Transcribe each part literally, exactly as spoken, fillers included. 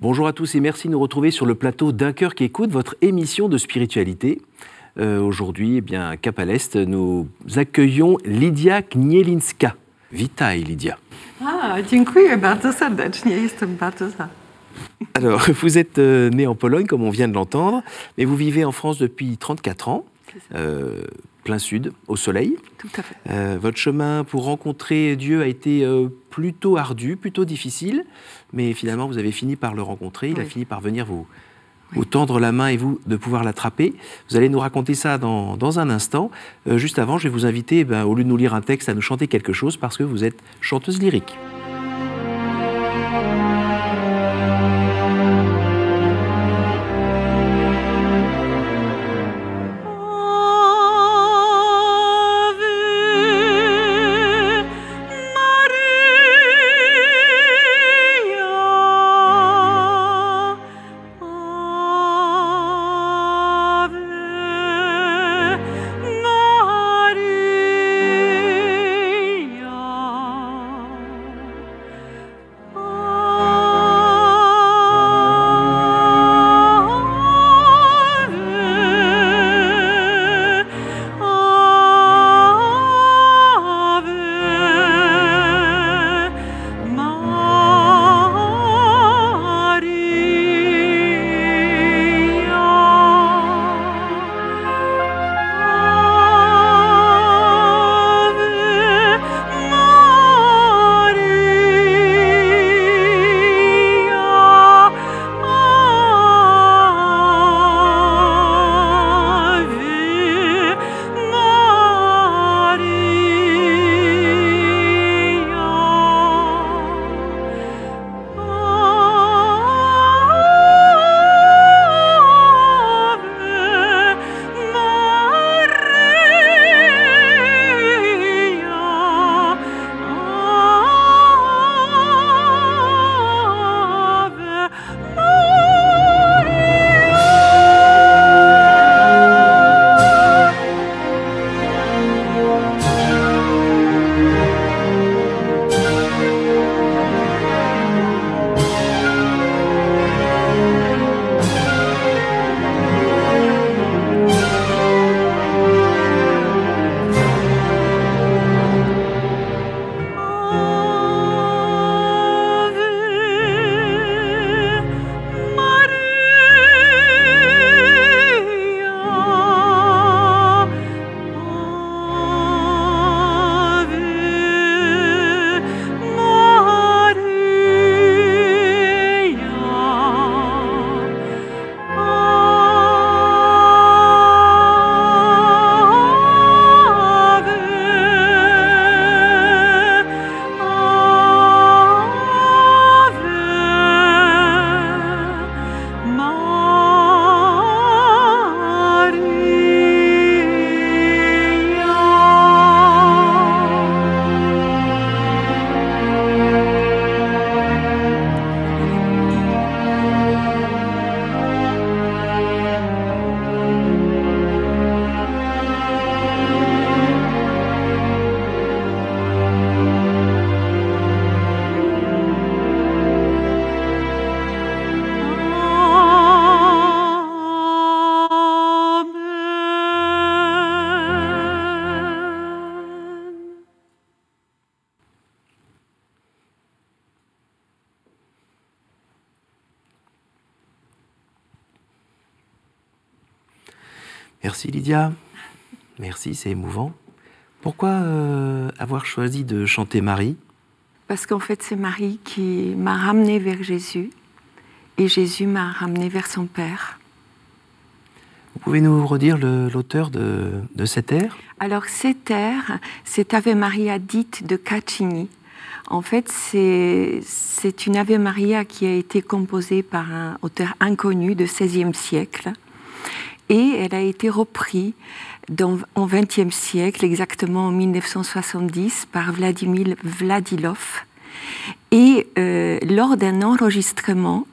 Bonjour à tous et merci de nous retrouver sur le plateau d'Un cœur qui écoute, votre émission de spiritualité. Euh, aujourd'hui, eh bien, à Cap à l'Est, nous accueillons Lidia Knielinska. Witaj, Lidia. Ah, dziękuję bardzo serdecznie, jestem bardzo za. Alors, vous êtes euh, née en Pologne, comme on vient de l'entendre, mais vous vivez en France depuis trente-quatre ans, euh, plein sud, au soleil. Tout à fait. Euh, votre chemin pour rencontrer Dieu a été euh, plutôt ardu, plutôt difficile, mais finalement, vous avez fini par le rencontrer, il oui. a fini par venir vous, oui. vous tendre la main et vous de pouvoir l'attraper. Vous allez nous raconter ça dans, dans un instant. Euh, juste avant, je vais vous inviter, ben, au lieu de nous lire un texte, à nous chanter quelque chose, parce que vous êtes chanteuse lyrique. Merci Lidia, merci, c'est émouvant. Pourquoi euh, avoir choisi de chanter Marie ? Parce qu'en fait, c'est Marie qui m'a ramenée vers Jésus et Jésus m'a ramenée vers son Père. Vous pouvez nous redire le, l'auteur de, de cet air ? Alors cet air, c'est Ave Maria dite de Caccini. En fait, c'est, c'est une Ave Maria qui a été composée par un auteur inconnu du seizième siècle. Et elle a été reprise dans, au vingtième siècle, exactement en mille neuf cent soixante-dix, par Vladimir Vladilov. Et euh, lors d'un enregistrement,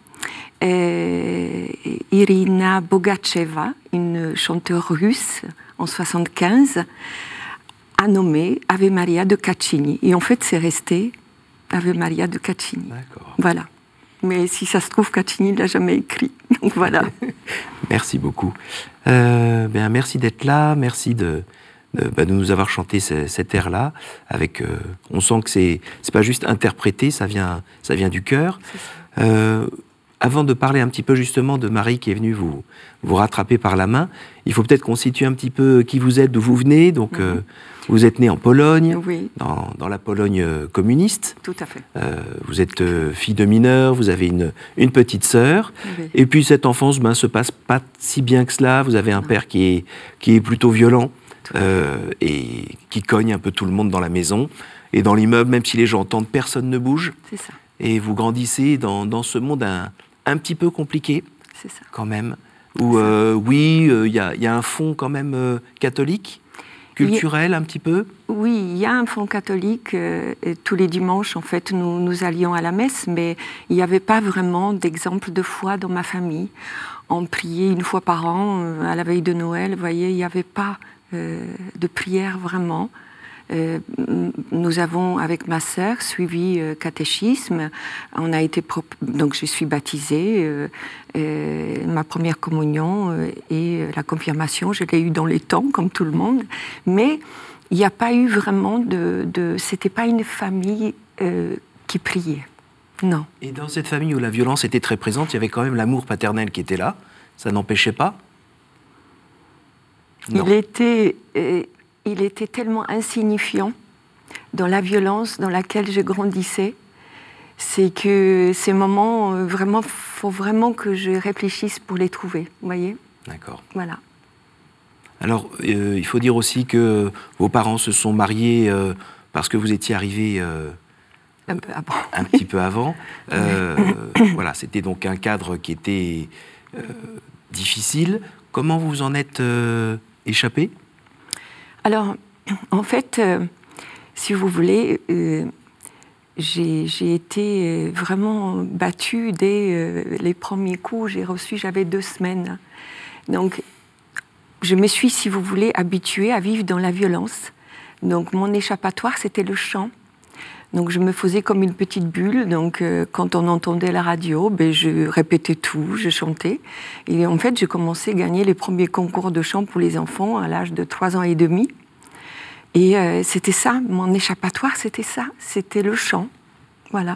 euh, Irina Bogacheva, une chanteuse russe, en soixante-quinze, a nommé Ave Maria de Caccini. Et en fait, c'est resté Ave Maria de Caccini. D'accord. Voilà. Mais si ça se trouve, Caccini ne l'a jamais écrit. Donc voilà. Merci beaucoup. Euh, ben, merci d'être là, merci de, de, ben, de nous avoir chanté ce, cet air-là. Avec, euh, on sent que c'est, c'est pas juste interprété, ça vient, ça vient du cœur. Euh, avant de parler un petit peu justement de Marie qui est venue vous, vous rattraper par la main, il faut peut-être qu'on situe un petit peu qui vous êtes, d'où vous venez. Donc, mm-hmm. euh, vous êtes née en Pologne, oui. dans, dans la Pologne communiste. Tout à fait. Euh, vous êtes euh, fille de mineur, vous avez une, une petite sœur. Oui. Et puis cette enfance ben, se passe pas si bien que cela. Vous avez un non. père qui est, qui est plutôt violent euh, et qui cogne un peu tout le monde dans la maison. Et dans l'immeuble, même si les gens entendent, personne ne bouge. C'est ça. Et vous grandissez dans, dans ce monde un, un petit peu compliqué, c'est ça. Quand même. Où, euh, oui, il euh, y, y a un fond quand même euh, catholique. Culturel, un petit peu ? Oui, il y a un fond catholique. Euh, tous les dimanches, en fait, nous, nous allions à la messe, mais il n'y avait pas vraiment d'exemple de foi dans ma famille. On priait une fois par an, euh, à la veille de Noël, vous voyez, il n'y avait pas euh, de prière vraiment. Euh, nous avons, avec ma sœur, suivi euh, catéchisme. On a été pro- donc je suis baptisée. Euh, euh, ma première communion euh, et la confirmation, je l'ai eue dans les temps, comme tout le monde. Mais il n'y a pas eu vraiment de... de c'était pas une famille euh, qui priait. Non. Et dans cette famille où la violence était très présente, il y avait quand même l'amour paternel qui était là. Ça n'empêchait pas ? Non. Il était... Euh, Il était tellement insignifiant dans la violence dans laquelle je grandissais. C'est que ces moments, vraiment, il faut vraiment que je réfléchisse pour les trouver, vous voyez ? D'accord. Voilà. Alors, euh, il faut dire aussi que vos parents se sont mariés euh, parce que vous étiez arrivé euh, un peu avant. Un petit peu avant. Euh, voilà, c'était donc un cadre qui était euh, difficile. Comment vous en êtes euh, échappé ? Alors, en fait, euh, si vous voulez, euh, j'ai, j'ai été vraiment battue dès euh, les premiers coups. J'ai reçu, j'avais deux semaines. Donc, je me suis, si vous voulez, habituée à vivre dans la violence. Donc, mon échappatoire, c'était le chant. Donc, je me faisais comme une petite bulle. Donc, euh, quand on entendait la radio, ben, je répétais tout, je chantais. Et en fait, j'ai commencé à gagner les premiers concours de chant pour les enfants à l'âge de trois ans et demi. Et euh, c'était ça, mon échappatoire, c'était ça. C'était le chant. Voilà.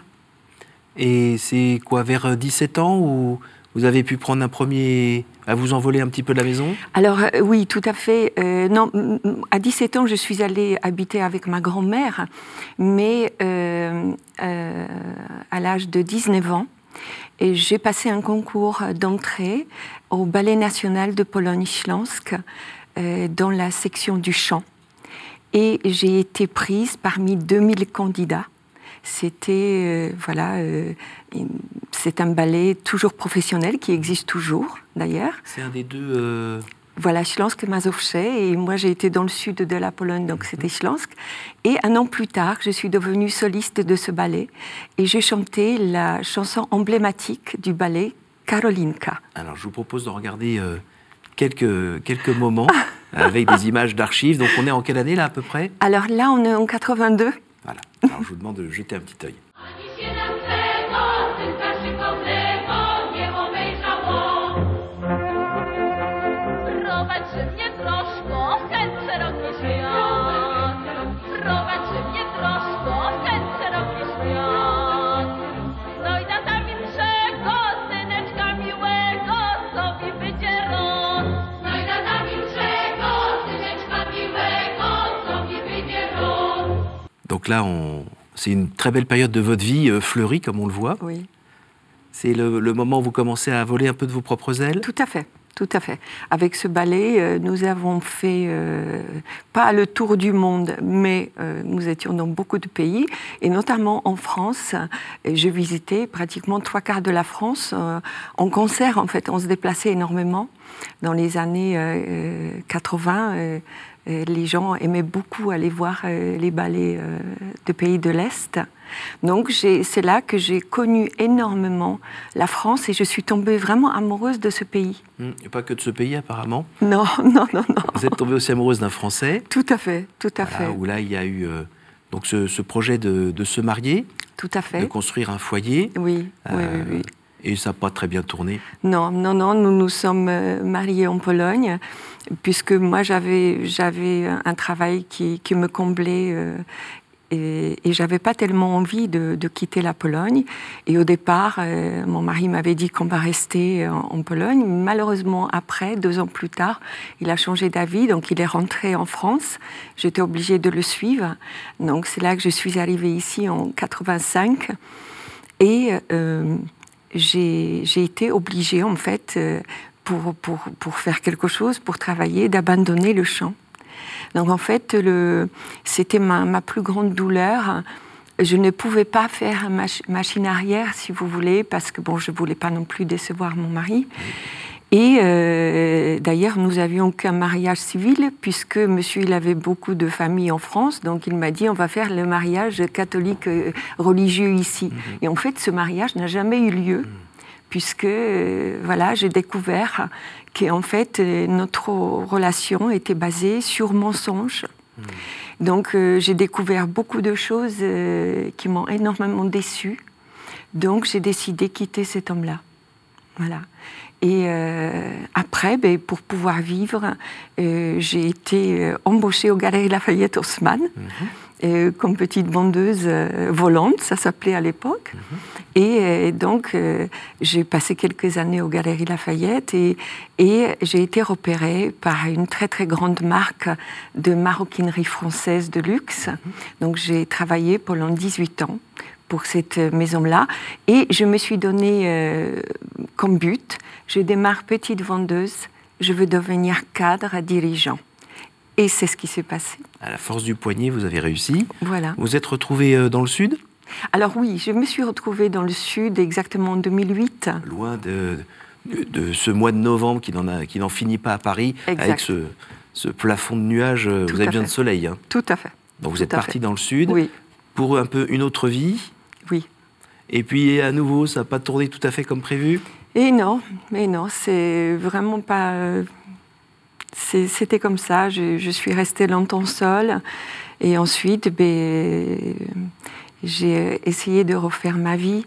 Et c'est quoi, vers dix-sept ans, où vous avez pu prendre un premier... à vous envoler un petit peu de la maison ? Alors, euh, oui, tout à fait. Euh, non, à dix-sept ans, je suis allée habiter avec ma grand-mère, mais euh, euh, à l'âge de dix-neuf ans, et j'ai passé un concours d'entrée au Ballet national de Pologne-Śląsk, euh, dans la section du chant. Et j'ai été prise parmi deux mille candidats. C'était, euh, voilà, euh, c'est un ballet toujours professionnel, qui existe toujours, d'ailleurs. C'est un des deux... Euh... Voilà, Śląsk et Mazowsze, et moi j'ai été dans le sud de la Pologne, donc c'était Śląsk. Et un an plus tard, je suis devenue soliste de ce ballet, et j'ai chanté la chanson emblématique du ballet, Karolinka. Alors je vous propose de regarder euh, quelques, quelques moments avec des images d'archives. Donc on est en quelle année là à peu près ? Alors là on est en quatre-vingt-deux. Voilà, alors je vous demande de jeter un petit œil. Donc là, on... c'est une très belle période de votre vie euh, fleurie, comme on le voit. Oui. C'est le, le moment où vous commencez à voler un peu de vos propres ailes ? Tout à fait, tout à fait. Avec ce ballet, euh, nous avons fait, euh, pas le tour du monde, mais euh, nous étions dans beaucoup de pays, et notamment en France. Et je visitais pratiquement trois quarts de la France euh, en concert, en fait. On se déplaçait énormément. Dans les années euh, quatre-vingts, euh, les gens aimaient beaucoup aller voir euh, les ballets euh, de pays de l'Est. Donc j'ai, c'est là que j'ai connu énormément la France et je suis tombée vraiment amoureuse de ce pays. Mmh, et pas que de ce pays apparemment. Non, non, non, non. Vous êtes tombée aussi amoureuse d'un Français. Tout à fait, tout à voilà, fait. Où là il y a eu euh, donc ce, ce projet de, de se marier. tout à fait. de construire un foyer. Oui, euh, oui, oui, oui. Et ça n'a pas très bien tourné. Non, non, non, nous nous sommes mariés en Pologne, puisque moi j'avais, j'avais un travail qui, qui me comblait euh, et, et j'avais pas tellement envie de, de quitter la Pologne. Et au départ, euh, mon mari m'avait dit qu'on va rester en, en Pologne. Malheureusement, après, deux ans plus tard, il a changé d'avis, donc il est rentré en France. J'étais obligée de le suivre. Donc c'est là que je suis arrivée ici en quatre-vingt-cinq. Et... Euh, J'ai, j'ai été obligée, en fait, euh, pour, pour, pour faire quelque chose, pour travailler, d'abandonner le chant. Donc, en fait, le, c'était ma, ma plus grande douleur. Je ne pouvais pas faire mach- machine arrière, si vous voulez, parce que, bon, je ne voulais pas non plus décevoir mon mari. Et euh, d'ailleurs, nous avions qu'un mariage civil, puisque monsieur, il avait beaucoup de familles en France, donc il m'a dit, on va faire le mariage catholique euh, religieux ici. Mm-hmm. Et en fait, ce mariage n'a jamais eu lieu, mm-hmm. puisque, euh, voilà, j'ai découvert qu'en fait, euh, notre relation était basée sur mensonges. Mm-hmm. Donc, euh, j'ai découvert beaucoup de choses euh, qui m'ont énormément déçue. Donc, j'ai décidé de quitter cet homme-là. Voilà. Et euh, après, ben, pour pouvoir vivre, euh, j'ai été euh, embauchée aux Galeries Lafayette Haussmann, mm-hmm. euh, comme petite vendeuse euh, volante, ça s'appelait à l'époque. Mm-hmm. Et euh, donc, euh, j'ai passé quelques années aux Galeries Lafayette et, et j'ai été repérée par une très très grande marque de maroquinerie française de luxe. Mm-hmm. Donc, j'ai travaillé pendant dix-huit ans pour cette maison-là. Et je me suis donné euh, comme but, je démarre petite vendeuse, je veux devenir cadre, dirigeant. Et c'est ce qui s'est passé. À la force du poignet, vous avez réussi. Voilà. Vous êtes retrouvée dans le Sud ? Alors oui, je me suis retrouvée dans le Sud exactement en deux mille huit. Loin de, de, de ce mois de novembre qui n'en, a, qui n'en finit pas à Paris, exact. Avec ce, ce plafond de nuages. Tout vous avez besoin fait. de soleil. Hein. Tout à fait. Donc vous Tout êtes partie dans le Sud, oui. pour un peu une autre vie. Oui. Et puis à nouveau, ça n'a pas tourné tout à fait comme prévu ? Et non, mais non, c'est vraiment pas... C'est, c'était comme ça, je, je suis restée longtemps seule. Et ensuite, ben, j'ai essayé de refaire ma vie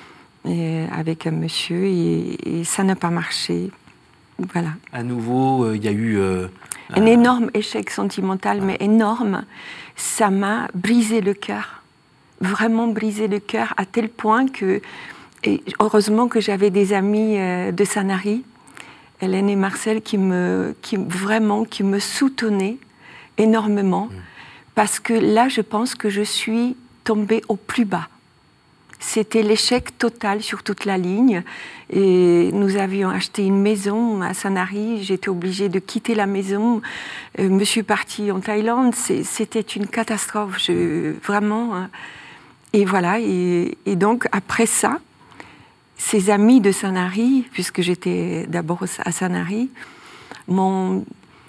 et, avec un monsieur et, et ça n'a pas marché. Voilà. À nouveau, il euh, y a eu... Euh, un, un énorme échec sentimental, ah. mais énorme. Ça m'a brisé le cœur. Vraiment brisé le cœur à tel point que, et heureusement que j'avais des amis euh, de Sanary, Hélène et Marcel, qui me, qui vraiment, qui me soutenaient énormément, mmh. parce que là, je pense que je suis tombée au plus bas. C'était l'échec total sur toute la ligne. Et nous avions acheté une maison à Sanary. J'étais obligée de quitter la maison. Euh, je suis partie en Thaïlande. C'est, c'était une catastrophe. Je, vraiment... Hein. Et voilà, et, et donc après ça, ces amis de Sanary, puisque j'étais d'abord à Sanary, m'ont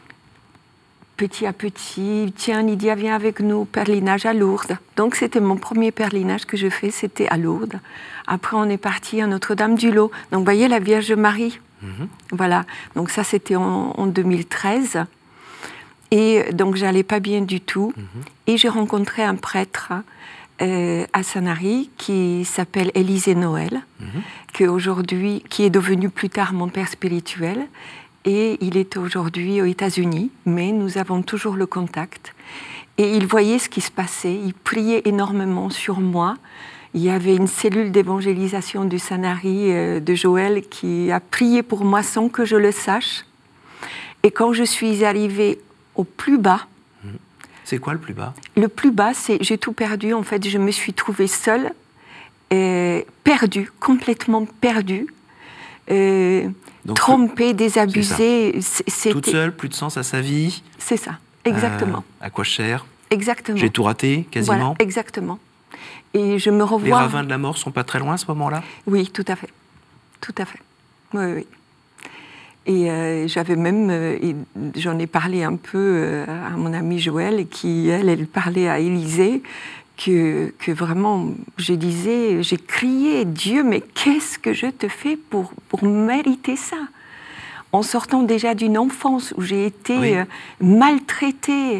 petit à petit, tiens Lydia, viens avec nous, perlinage à Lourdes. Donc c'était mon premier perlinage que je fais, c'était à Lourdes. Après on est parti à Notre-Dame-du-Lot. Donc vous voyez la Vierge Marie. Mm-hmm. Voilà, donc ça c'était en, en deux mille treize. Et donc j'allais pas bien du tout. Mm-hmm. Et j'ai rencontré un prêtre Euh, à Sanary, qui s'appelle Élisée Noël, mm-hmm. qui, aujourd'hui, qui est devenu plus tard mon père spirituel. Et il est aujourd'hui aux États-Unis, mais nous avons toujours le contact. Et il voyait ce qui se passait, il priait énormément sur moi. Il y avait une cellule d'évangélisation du Sanary euh, de Joël qui a prié pour moi sans que je le sache. Et quand je suis arrivée au plus bas, c'est quoi le plus bas ? Le plus bas, c'est j'ai tout perdu. En fait, je me suis trouvée seule, et perdue, complètement perdue, euh, Donc, trompée, désabusée. C'est C'était... Toute seule, plus de sens à sa vie. C'est ça, exactement. Euh, à quoi je sers ? Exactement. J'ai tout raté, quasiment. Voilà, exactement. Et je me revois. Les ravins de la mort sont pas très loin à ce moment-là ? Oui, tout à fait, tout à fait. Oui, oui. Et euh, j'avais même, euh, et j'en ai parlé un peu euh, à mon amie Joël, qui, elle, elle parlait à Élisée, que, que vraiment, je disais, j'ai crié, Dieu, mais qu'est-ce que je te fais pour, pour mériter ça ? En sortant déjà d'une enfance où j'ai été oui. euh, maltraitée,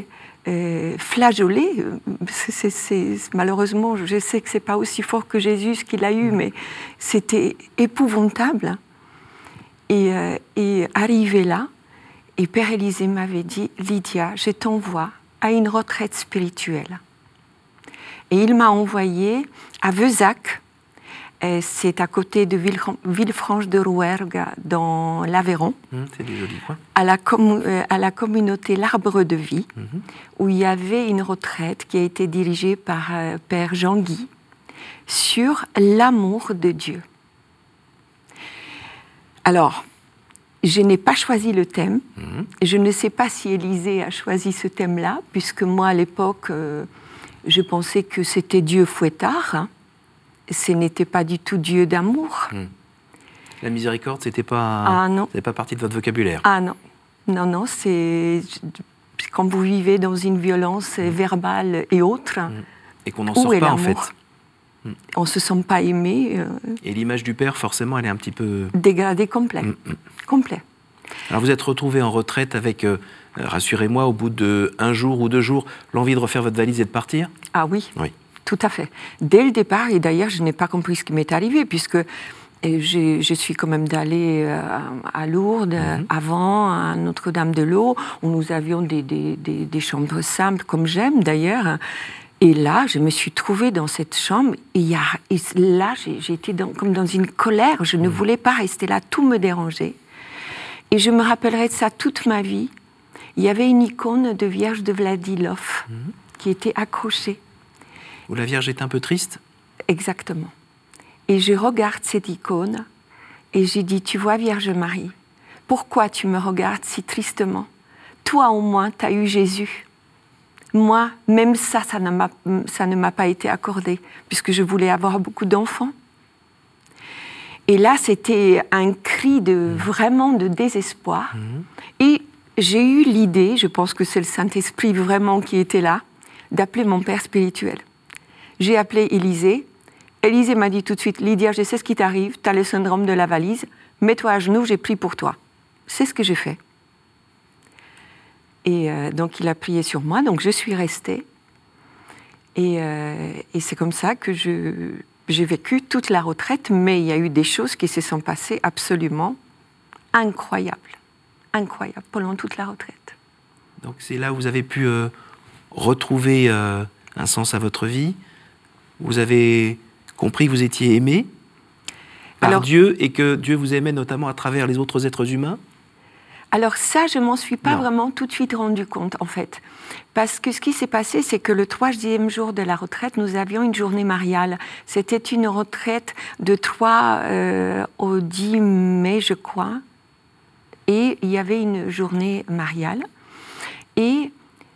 euh, flageolée. C'est, c'est, malheureusement, je sais que ce n'est pas aussi fort que Jésus ce qu'il a eu, mais c'était épouvantable. Et, euh, et arrivé là, et Père Élisée m'avait dit, Lydia, je t'envoie à une retraite spirituelle. Et il m'a envoyée à Vezac, c'est à côté de Villefranche-de-Rouergue, dans l'Aveyron, Mmh, c'est des jolis coins. à la, com- à la communauté L'Arbre de Vie, Mmh. où il y avait une retraite qui a été dirigée par euh, Père Jean-Guy sur l'amour de Dieu. Alors, je n'ai pas choisi le thème. Mmh. Je ne sais pas si Élisée a choisi ce thème-là, puisque moi, à l'époque, euh, je pensais que c'était Dieu fouettard. Hein. Ce n'était pas du tout Dieu d'amour. Mmh. La miséricorde, c'était pas, ah, non. c'était pas partie de votre vocabulaire. Ah non, non, non, c'est quand vous vivez dans une violence mmh. verbale et autre. Mmh. Et qu'on n'en sort pas, l'amour? En fait. Mmh. On ne se sent pas aimé. Euh... Et l'image du Père, forcément, elle est un petit peu... dégradée complet. Mmh. complet. Alors vous êtes retrouvé en retraite avec, euh, rassurez-moi, au bout d'un jour ou deux jours, l'envie de refaire votre valise et de partir? Ah oui. Oui. Tout à fait. Dès le départ, et d'ailleurs, je n'ai pas compris ce qui m'est arrivé, puisque je, je suis quand même allée à Lourdes, mmh. avant, à Notre-Dame-de-L'Eau, où nous avions des, des, des, des chambres simples, comme j'aime d'ailleurs. Et là, je me suis trouvée dans cette chambre, et, y a, et là, j'ai, j'ai été dans, comme dans une colère. Je ne mmh. voulais pas rester là, tout me dérangeait. Et je me rappellerai de ça toute ma vie. Il y avait une icône de Vierge de Vladilov mmh. qui était accrochée. Où la Vierge est un peu triste? Exactement. Et je regarde cette icône et j'ai dit, tu vois Vierge Marie, pourquoi tu me regardes si tristement? Toi au moins, tu as eu Jésus. Moi, même ça, ça ne m'a, ça ne m'a pas été accordé, puisque je voulais avoir beaucoup d'enfants. Et là, c'était un cri de, mmh. vraiment de désespoir. Mmh. Et j'ai eu l'idée, je pense que c'est le Saint-Esprit vraiment qui était là, d'appeler mon père spirituel. J'ai appelé Élisée. Élisée m'a dit tout de suite, Lydia, je sais ce qui t'arrive, tu as le syndrome de la valise, mets-toi à genoux, j'ai prié pour toi. C'est ce que j'ai fait. Et euh, donc il a prié sur moi, donc je suis restée. Et, euh, et c'est comme ça que je, j'ai vécu toute la retraite, mais il y a eu des choses qui se sont passées absolument incroyables. Incroyables, pendant toute la retraite. Donc c'est là où vous avez pu euh, retrouver euh, un sens à votre vie. Vous avez compris que vous étiez aimé par alors, Dieu et que Dieu vous aimait notamment à travers les autres êtres humains? Alors ça, je ne m'en suis pas non. vraiment tout de suite rendu compte, en fait. Parce que ce qui s'est passé, c'est que le troisième jour de la retraite, nous avions une journée mariale. C'était une retraite de trois euh, au dix mai, je crois. Et il y avait une journée mariale. Et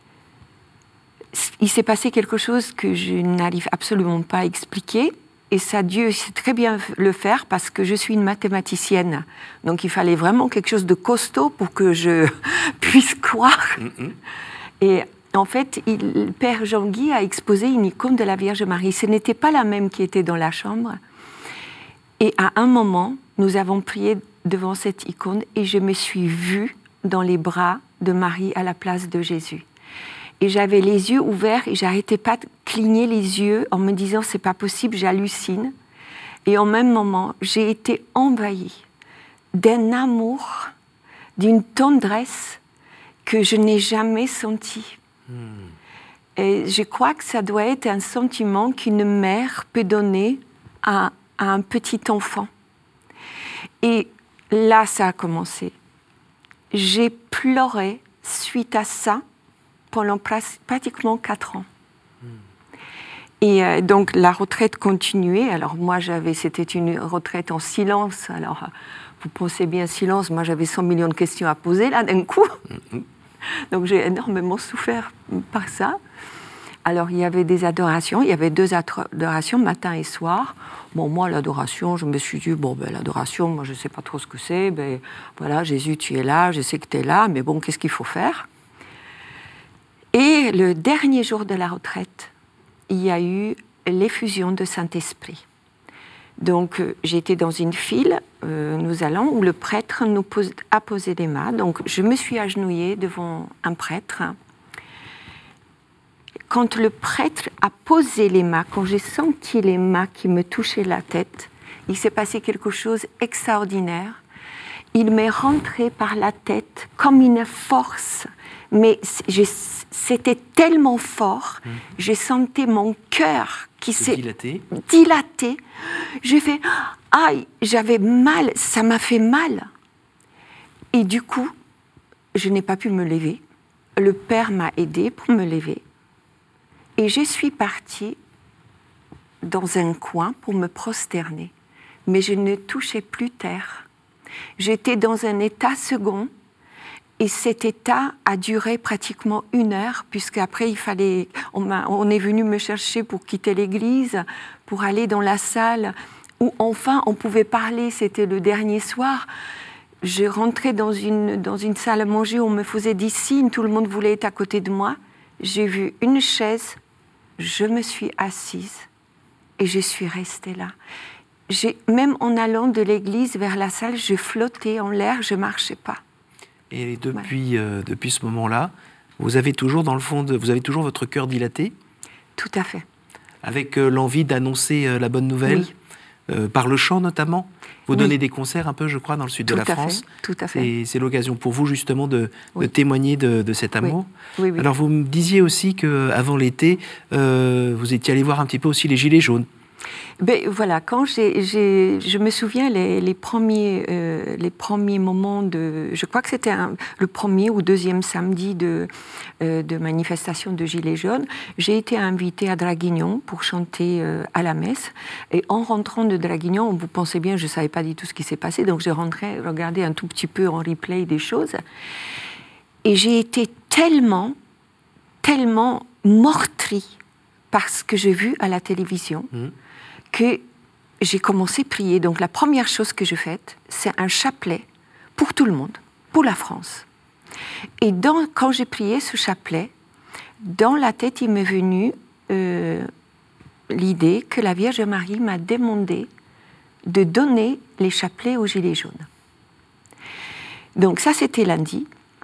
il s'est passé quelque chose que je n'arrive absolument pas à expliquer. Et ça, Dieu sait très bien le faire parce que je suis une mathématicienne. Donc il fallait vraiment quelque chose de costaud pour que je puisse croire. Mm-hmm. Et en fait, il, Père Jean-Guy a exposé une icône de la Vierge Marie. Ce n'était pas la même qui était dans la chambre. Et à un moment, nous avons prié devant cette icône et je me suis vue dans les bras de Marie à la place de Jésus. Et j'avais les yeux ouverts et j'arrêtais pas de cligner les yeux en me disant c'est pas possible, j'hallucine. Et en même moment, j'ai été envahie d'un amour, d'une tendresse que je n'ai jamais senti. Hmm. Et je crois que ça doit être un sentiment qu'une mère peut donner à, à un petit enfant. Et là, ça a commencé. J'ai pleuré suite à ça pendant pratiquement quatre ans. Hmm. Et euh, donc la retraite continuait. Alors moi, j'avais, c'était une retraite en silence. Alors vous pensez bien silence, moi j'avais cent millions de questions à poser là d'un coup. Hmm. Donc j'ai énormément souffert par ça. Alors il y avait des adorations, il y avait deux adorations, matin et soir. Bon, moi l'adoration, je me suis dit, bon ben l'adoration, moi je ne sais pas trop ce que c'est. Ben voilà, Jésus, tu es là, je sais que tu es là, mais bon, qu'est-ce qu'il faut faire ? Et le dernier jour de la retraite, il y a eu l'effusion de Saint-Esprit. Donc, euh, j'étais dans une file, euh, nous allons, où le prêtre nous pose, a posé les mains. Donc, je me suis agenouillée devant un prêtre. quand le prêtre a posé les mains, quand j'ai senti les mains qui me touchaient la tête, il s'est passé quelque chose d'extraordinaire. Il m'est rentré par la tête comme une force, mais c'était tellement fort, mmh. j'ai senti mon cœur qui s'est dilaté. dilaté. J'ai fait « aïe », j'avais mal, ça m'a fait mal. Et du coup, je n'ai pas pu me lever. Le père m'a aidée pour me lever. Et je suis partie dans un coin pour me prosterner. Mais je ne touchais plus terre. J'étais dans un état second. Et cet état a duré pratiquement une heure, puisqu'après, il fallait, on, on est venu me chercher pour quitter l'église, pour aller dans la salle, où enfin on pouvait parler, c'était le dernier soir. Je rentrais dans une, dans une salle à manger où on me faisait des signes, tout le monde voulait être à côté de moi. J'ai vu une chaise, je me suis assise et je suis restée là. J'ai, même en allant de l'église vers la salle, je flottais en l'air, je ne marchais pas. Et depuis, ouais. euh, depuis ce moment-là, vous avez toujours, dans le fond, de, vous avez toujours votre cœur dilaté ? Tout à fait. Avec euh, l'envie d'annoncer euh, la bonne nouvelle, oui. euh, par le chant notamment. Vous oui. donnez des concerts un peu, je crois, dans le sud tout de la à France. Fait. Tout à fait. Et c'est l'occasion pour vous, justement, de, oui. de témoigner de, de cet amour. Oui. Oui, oui. Alors, vous me disiez aussi qu'avant l'été, euh, vous étiez allé voir un petit peu aussi les Gilets jaunes. Ben, voilà, quand j'ai, j'ai, je me souviens les, les, premiers, euh, les premiers moments de... Je crois que c'était un, le premier ou deuxième samedi de, euh, de manifestation de Gilets jaunes. J'ai été invitée à Draguignan pour chanter euh, à la messe. Et en rentrant de Draguignan, vous pensez bien, je ne savais pas du tout ce qui s'est passé, donc j'ai rentré, regardé un tout petit peu en replay des choses. Et j'ai été tellement, tellement meurtrie par ce que j'ai vu à la télévision. Mmh. que j'ai commencé à prier. Donc la première chose que j'ai faite, c'est un chapelet pour tout le monde, pour la France. Et dans, quand j'ai prié ce chapelet, dans la tête, il m'est venu euh, l'idée que la Vierge Marie m'a demandé de donner les chapelets aux Gilets jaunes. Donc ça, c'était lundi.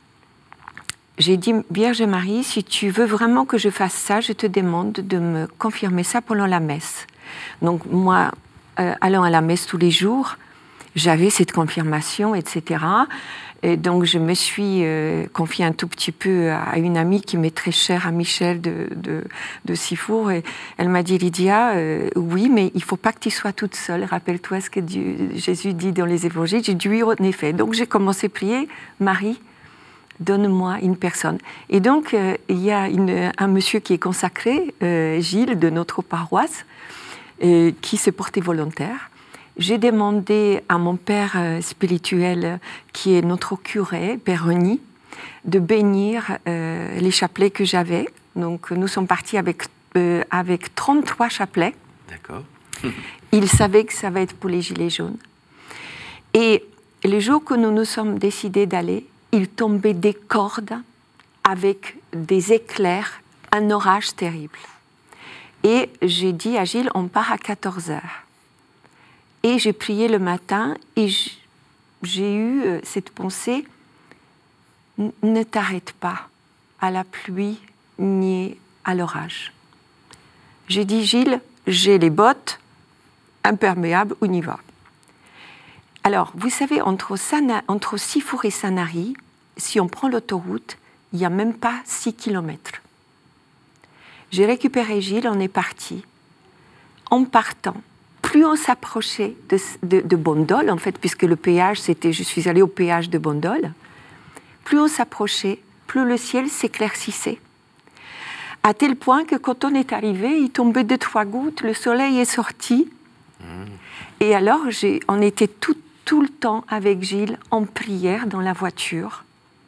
J'ai dit, Vierge Marie, si tu veux vraiment que je fasse ça, je te demande de me confirmer ça pendant la messe. Donc moi, euh, allant à la messe tous les jours, j'avais cette confirmation, et cetera. Et donc je me suis euh, confiée un tout petit peu à une amie qui m'est très chère, à Michel de, de, de Sifour. Et elle m'a dit, Lydia, euh, oui, mais il ne faut pas que tu sois toute seule. Rappelle-toi ce que Dieu, Jésus dit dans les évangiles. J'ai dit oui, en effet. Donc j'ai commencé à prier, Marie, donne-moi une personne. Et donc euh, il y a une, un monsieur qui est consacré, euh, Gilles, de notre paroisse, et qui s'est porté volontaire. J'ai demandé à mon père spirituel, qui est notre curé, Père Reni, de bénir euh, les chapelets que j'avais. Donc nous sommes partis avec, euh, avec trente-trois chapelets. D'accord. Il savait que ça va être pour les Gilets jaunes. Et le jour que nous nous sommes décidés d'aller, il tombait des cordes avec des éclairs, un orage terrible. Et j'ai dit à Gilles, on part à quatorze heures. Et j'ai prié le matin et j'ai eu cette pensée, ne t'arrête pas à la pluie ni à l'orage. J'ai dit, Gilles, j'ai les bottes imperméables, on y va. Alors, vous savez, entre, Sana, entre Sifour et Sanary, si on prend l'autoroute, il n'y a même pas six kilomètres. J'ai récupéré Gilles, on est parti. En partant, plus on s'approchait de, de, de Bandol, en fait, puisque le péage, c'était, je suis allée au péage de Bandol, plus on s'approchait, plus le ciel s'éclaircissait. À tel point que quand on est arrivé, il tombait deux, trois gouttes, le soleil est sorti. Mmh. Et alors, j'ai, on était tout, tout le temps avec Gilles en prière dans la voiture,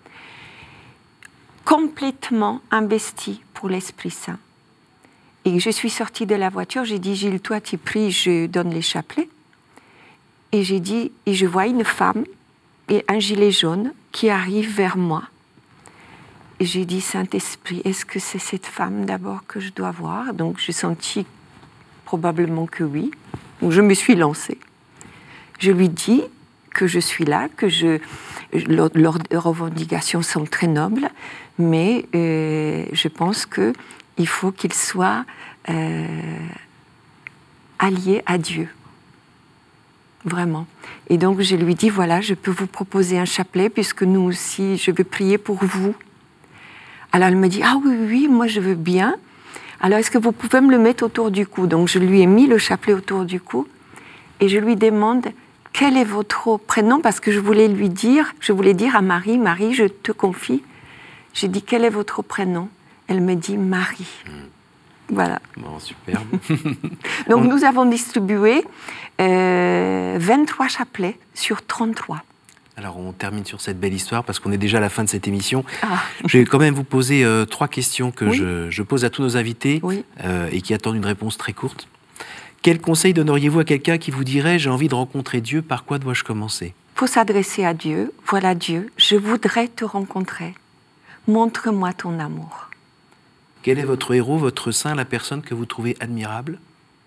complètement investis pour l'Esprit Saint. Et je suis sortie de la voiture, j'ai dit, Gilles, toi tu pries, je donne les chapelets. Et j'ai dit, et je vois une femme et un gilet jaune qui arrive vers moi. Et j'ai dit, Saint-Esprit, est-ce que c'est cette femme d'abord que je dois voir? Donc j'ai senti probablement que oui. Donc je me suis lancée. Je lui dis que je suis là, que je, leurs revendications sont très nobles, mais euh, je pense que il faut qu'il soit euh, allié à Dieu. Vraiment. Et donc je lui dis, voilà, je peux vous proposer un chapelet, puisque nous aussi, je veux prier pour vous. Alors elle me dit, ah oui, oui, moi je veux bien. Alors est-ce que vous pouvez me le mettre autour du cou? Donc je lui ai mis le chapelet autour du cou, et je lui demande, quel est votre prénom? Parce que je voulais lui dire, je voulais dire à Marie, Marie, je te confie. J'ai dit, quel est votre prénom? Elle me dit, Marie. Mmh. Voilà. Bon, superbe. Donc, On... nous avons distribué euh, vingt-trois chapelets sur trente-trois. Alors, on termine sur cette belle histoire parce qu'on est déjà à la fin de cette émission. Ah. Je vais quand même vous poser euh, trois questions que oui. je, je pose à tous nos invités oui. euh, et qui attendent une réponse très courte. Quel conseil donneriez-vous à quelqu'un qui vous dirait « J'ai envie de rencontrer Dieu, par quoi dois-je commencer ?» Il faut s'adresser à Dieu. Voilà Dieu, je voudrais te rencontrer. Montre-moi ton amour. Quel est votre héros, votre saint, la personne que vous trouvez admirable?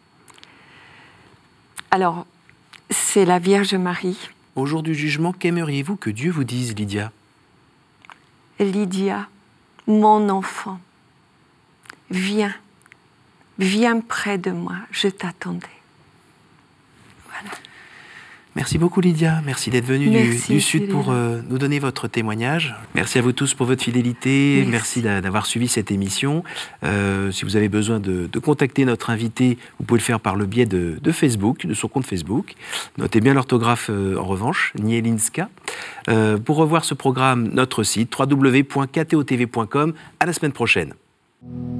Alors, c'est la Vierge Marie. Au jour du jugement, qu'aimeriez-vous que Dieu vous dise, Lydia? Lydia, mon enfant, viens, viens près de moi, je t'attendais. Voilà. Merci beaucoup Lydia, merci d'être venue du, du Sud Céline. pour euh, nous donner votre témoignage. Merci à vous tous pour votre fidélité, merci, merci d'avoir suivi cette émission. Euh, si vous avez besoin de, de contacter notre invité, vous pouvez le faire par le biais de, de Facebook, de son compte Facebook. Notez bien l'orthographe euh, en revanche, Nielinska. Euh, pour revoir ce programme, notre site w w w point k t o t v point com. À la semaine prochaine.